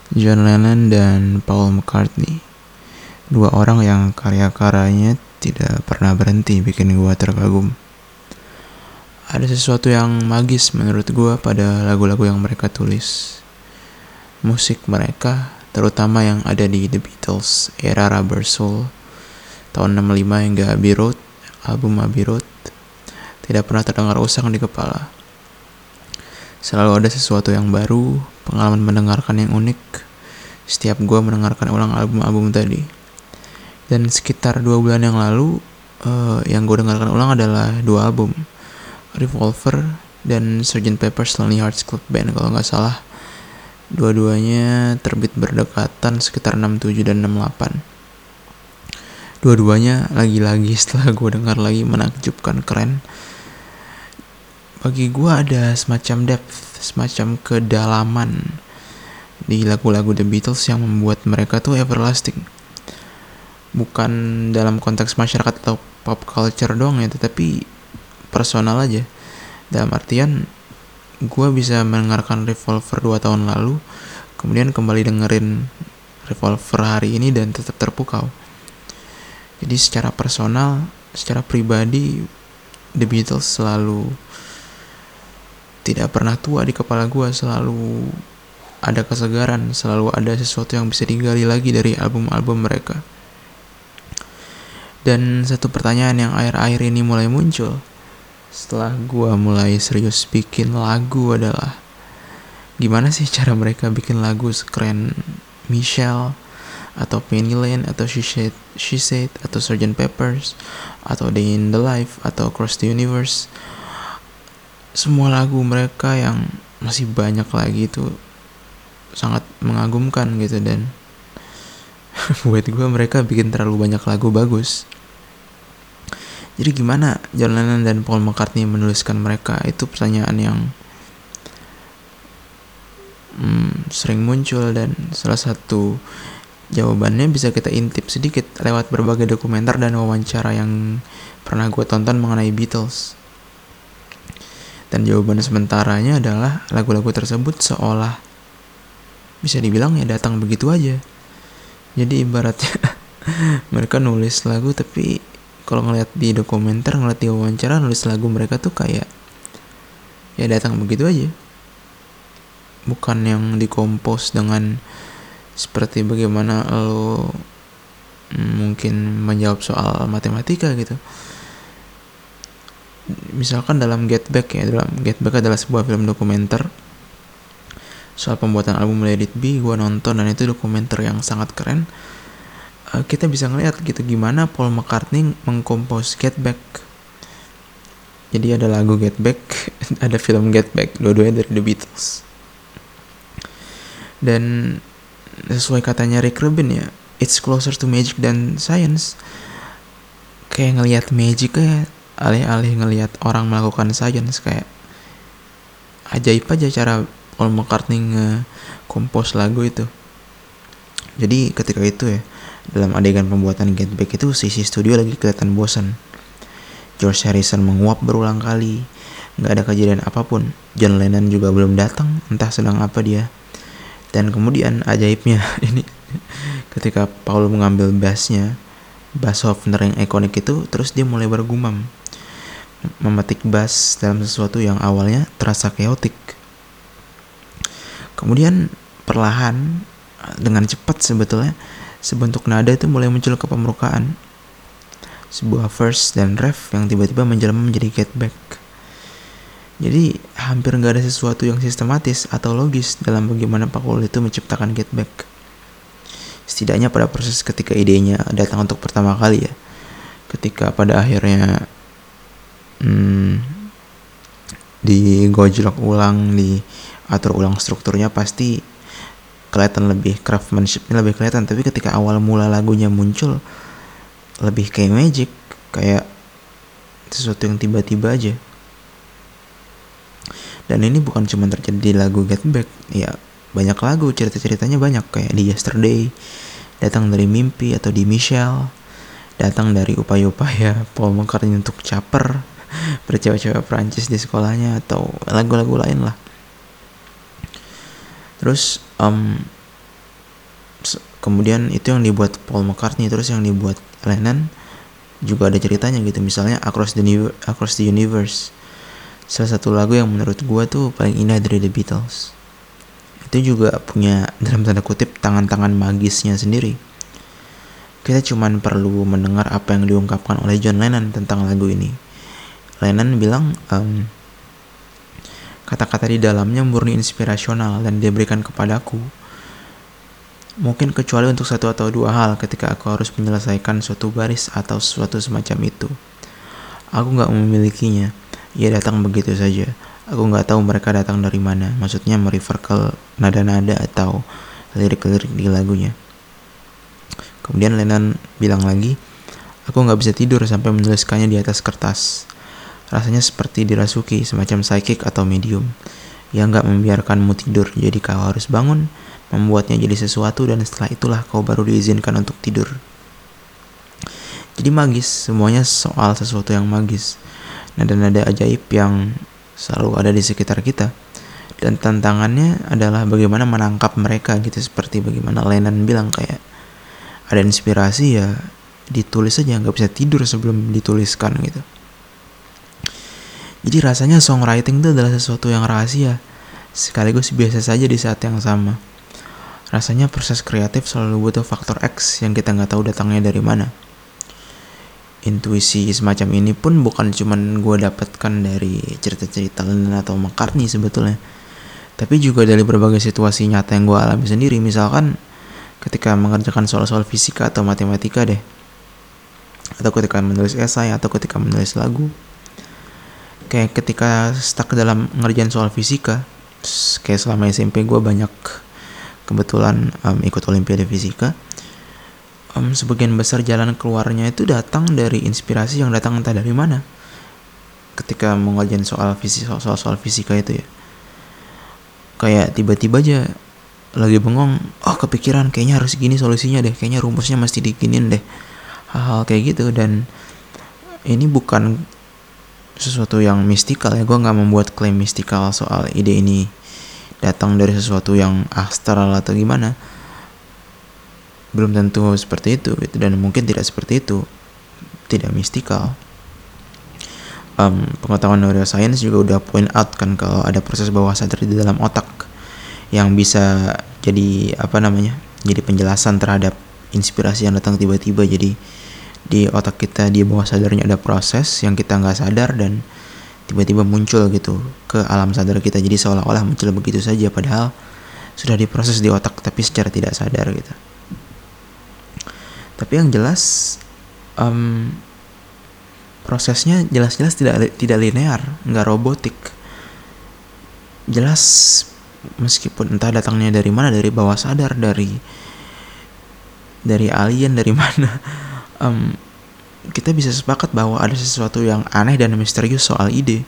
John Lennon dan Paul McCartney. Dua orang yang karya-karyanya tidak pernah berhenti bikin gue terkagum. Ada sesuatu yang magis menurut gue pada lagu-lagu yang mereka tulis. Musik mereka, terutama yang ada di The Beatles, era Rubber Soul, tahun 65 hingga Abbey Road, album Abbey Road, tidak pernah terdengar usang di kepala. Selalu ada sesuatu yang baru, pengalaman mendengarkan yang unik, setiap gue mendengarkan ulang album-album tadi. Dan sekitar 2 bulan yang lalu, yang gue dengarkan ulang adalah 2 album, Revolver dan Sgt. Pepper's Lonely Hearts Club Band kalau gak salah. Dua-duanya terbit berdekatan sekitar 67 dan 68. Dua-duanya lagi-lagi setelah gue dengar lagi menakjubkan, keren. Bagi gue ada semacam depth, semacam kedalaman di lagu-lagu The Beatles yang membuat mereka tuh everlasting. Bukan dalam konteks masyarakat atau pop culture doang ya, tetapi personal aja. Dalam artian gue bisa mendengarkan Revolver 2 tahun lalu, kemudian kembali dengerin Revolver hari ini dan tetap terpukau. Jadi secara personal, secara pribadi, The Beatles selalu tidak pernah tua di kepala gue. Selalu ada kesegaran, selalu ada sesuatu yang bisa digali lagi dari album-album mereka. Dan satu pertanyaan yang akhir-akhir ini mulai muncul setelah gue mulai serius bikin lagu adalah, gimana sih cara mereka bikin lagu sekeren Michelle atau Penny Lane atau She Said atau Sgt. Pepper's atau Day in the Life atau Across the Universe. Semua lagu mereka yang masih banyak lagi itu sangat mengagumkan gitu. Dan buat gue mereka bikin terlalu banyak lagu bagus. Jadi gimana John Lennon dan Paul McCartney menuliskan mereka? Itu pertanyaan yang sering muncul, dan salah satu jawabannya bisa kita intip sedikit lewat berbagai dokumenter dan wawancara yang pernah gue tonton mengenai Beatles. Dan jawaban sementaranya adalah lagu-lagu tersebut seolah bisa dibilang ya datang begitu aja. Jadi ibaratnya mereka nulis lagu, tapi kalau ngeliat di dokumenter, ngeliat di wawancara, nulis lagu mereka tuh kayak ya datang begitu aja. Bukan yang dikompos dengan seperti bagaimana lo mungkin menjawab soal matematika gitu. Misalkan dalam Get Back adalah sebuah film dokumenter soal pembuatan album Let It Be. Gue nonton dan itu dokumenter yang sangat keren. Kita bisa ngeliat gitu gimana Paul McCartney mengkompos Get Back. Jadi ada lagu Get Back, ada film Get Back, dua-duanya dari The Beatles. Dan sesuai katanya Rick Rubin ya, it's closer to magic than science. Kayak ngelihat magic ya, alih-alih ngelihat orang melakukan science. Kayak ajaib aja cara Paul McCartney nge-compose lagu itu. Jadi ketika itu ya, dalam adegan pembuatan Get Back itu sisi studio lagi kelihatan bosan. George Harrison menguap berulang kali, gak ada kejadian apapun. John Lennon juga belum datang, entah sedang apa dia. Dan kemudian ajaibnya ini, ketika Paul mengambil bassnya, bass Hofner yang ikonik itu, terus dia mulai bergumam, memetik bass dalam sesuatu yang awalnya terasa chaotic. Kemudian perlahan, dengan cepat sebetulnya, sebentuk nada itu mulai muncul ke permukaan. Sebuah verse dan ref yang tiba-tiba menjelma menjadi Get Back. Jadi hampir gak ada sesuatu yang sistematis atau logis dalam bagaimana Paul itu menciptakan Get Back. Setidaknya pada proses ketika idenya datang untuk pertama kali ya. Ketika pada akhirnya digojlok ulang, diatur ulang strukturnya, pasti kelihatan lebih, craftsmanshipnya lebih kelihatan. Tapi ketika awal mula lagunya muncul, lebih kayak magic, kayak sesuatu yang tiba-tiba aja. Dan ini bukan cuma terjadi di lagu Get Back ya, banyak lagu cerita-ceritanya banyak. Kayak di Yesterday, datang dari mimpi, atau di Michelle, datang dari upaya-upaya Paul McCartney untuk caper bercewek-cewek Perancis di sekolahnya, atau lagu-lagu lain lah. Terus kemudian itu yang dibuat Paul McCartney, terus yang dibuat Lennon juga ada ceritanya gitu. Misalnya Across the Universe, salah satu lagu yang menurut gue tuh paling indah dari The Beatles. Itu juga punya dalam tanda kutip tangan-tangan magisnya sendiri. Kita cuman perlu mendengar apa yang diungkapkan oleh John Lennon tentang lagu ini. Lennon bilang kata-kata di dalamnya murni inspirasional dan diberikan kepadaku. Mungkin kecuali untuk satu atau dua hal ketika aku harus menyelesaikan suatu baris atau sesuatu semacam itu. Aku gak memilikinya. Ia datang begitu saja. Aku gak tahu mereka datang dari mana. Maksudnya merefer ke nada-nada atau lirik-lirik di lagunya. Kemudian Lennon bilang lagi, aku gak bisa tidur sampai menuliskannya di atas kertas. Rasanya seperti dirasuki, semacam psychic atau medium yang gak membiarkanmu tidur. Jadi kau harus bangun, membuatnya jadi sesuatu, dan setelah itulah kau baru diizinkan untuk tidur. Jadi magis, semuanya soal sesuatu yang magis. Nada-nada ajaib yang selalu ada di sekitar kita. Dan tantangannya adalah bagaimana menangkap mereka gitu. Seperti bagaimana Lennon bilang, kayak ada inspirasi ya ditulis aja, gak bisa tidur sebelum dituliskan gitu. Jadi rasanya songwriting itu adalah sesuatu yang rahasia, sekaligus biasa saja di saat yang sama. Rasanya proses kreatif selalu butuh faktor X yang kita gak tahu datangnya dari mana. Intuisi semacam ini pun bukan cuman gue dapatkan dari cerita-cerita Lennon atau McCartney sebetulnya, tapi juga dari berbagai situasi nyata yang gue alami sendiri. Misalkan ketika mengerjakan soal-soal fisika atau matematika deh, atau ketika menulis esai, atau ketika menulis lagu. Kayak ketika stuck dalam ngerjain soal fisika, kayak selama SMP gue banyak kebetulan ikut olimpiade fisika. Sebagian besar jalan keluarnya itu datang dari inspirasi yang datang entah dari mana. Ketika mengerjain soal fisika itu ya, kayak tiba-tiba aja lagi bengong, kepikiran kayaknya harus gini solusinya deh, kayaknya rumusnya mesti diginin deh, hal-hal kayak gitu. Dan ini bukan sesuatu yang mistikal ya, gue nggak membuat klaim mistikal soal ide ini datang dari sesuatu yang astral atau gimana. Belum tentu seperti itu gitu, dan mungkin tidak seperti itu, tidak mistikal. Pengetahuan neuroscience juga udah point out kan kalau ada proses bawah sadar di dalam otak yang bisa jadi jadi penjelasan terhadap inspirasi yang datang tiba-tiba. Jadi di otak kita, di bawah sadarnya ada proses yang kita nggak sadar dan tiba-tiba muncul gitu ke alam sadar kita. Jadi seolah-olah muncul begitu saja padahal sudah diproses di otak tapi secara tidak sadar gitu. Tapi yang jelas prosesnya jelas-jelas tidak linear, nggak robotik. Jelas meskipun entah datangnya dari mana, dari bawah sadar, dari alien, dari mana, kita bisa sepakat bahwa ada sesuatu yang aneh dan misterius soal ide.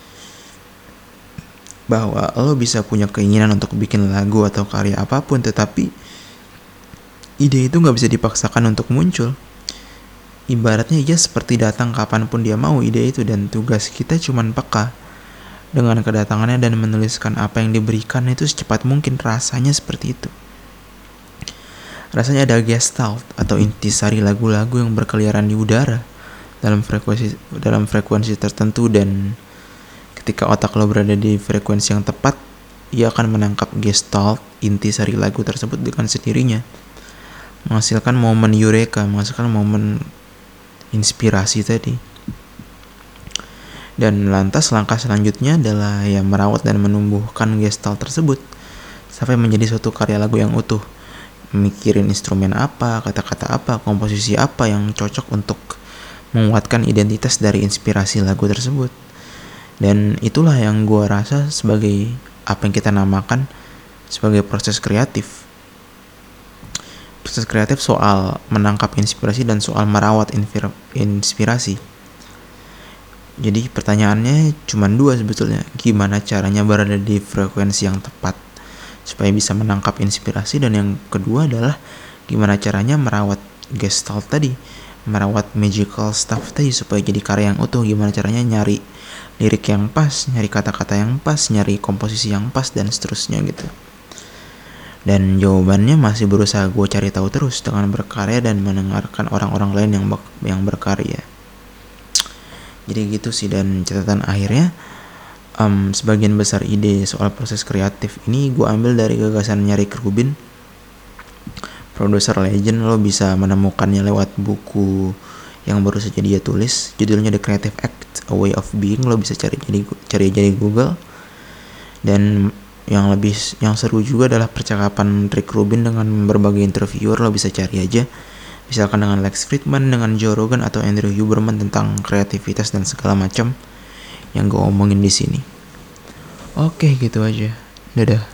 Bahwa lo bisa punya keinginan untuk bikin lagu atau karya apapun, tetapi ide itu gak bisa dipaksakan untuk muncul. Ibaratnya ia seperti datang kapanpun dia mau ide itu, dan tugas kita cuman peka dengan kedatangannya dan menuliskan apa yang diberikan itu secepat mungkin. Rasanya seperti itu. Rasanya ada gestalt atau intisari lagu-lagu yang berkeliaran di udara dalam frekuensi tertentu, dan ketika otak lo berada di frekuensi yang tepat, ia akan menangkap gestalt intisari lagu tersebut dengan sendirinya, menghasilkan momen eureka, menghasilkan momen inspirasi tadi. Dan lantas langkah selanjutnya adalah merawat dan menumbuhkan gestalt tersebut sampai menjadi suatu karya lagu yang utuh. Mikirin instrumen apa, kata-kata apa, komposisi apa yang cocok untuk menguatkan identitas dari inspirasi lagu tersebut. Dan itulah yang gue rasa sebagai apa yang kita namakan sebagai proses kreatif. Proses kreatif soal menangkap inspirasi dan soal merawat inspirasi. Jadi pertanyaannya cuma dua sebetulnya. Gimana caranya berada di frekuensi yang tepat supaya bisa menangkap inspirasi, dan yang kedua adalah gimana caranya merawat gestalt tadi, merawat magical stuff tadi supaya jadi karya yang utuh. Gimana caranya nyari lirik yang pas, nyari kata-kata yang pas, nyari komposisi yang pas, dan seterusnya gitu. Dan jawabannya masih berusaha gue cari tahu terus dengan berkarya dan mendengarkan orang-orang lain yang berkarya. Jadi gitu sih. Dan catatan akhirnya, sebagian besar ide soal proses kreatif ini gue ambil dari gagasannya Rick Rubin, produser legend. Lo bisa menemukannya lewat buku yang baru saja dia tulis, judulnya The Creative Act, A Way of Being. Lo bisa cari jadi Google. Dan yang seru juga adalah percakapan Rick Rubin dengan berbagai interviewer. Lo bisa cari aja, misalkan dengan Lex Fridman, dengan Joe Rogan atau Andrew Huberman, tentang kreativitas dan segala macam yang gue omongin di sini. Oke, gitu aja. Dadah.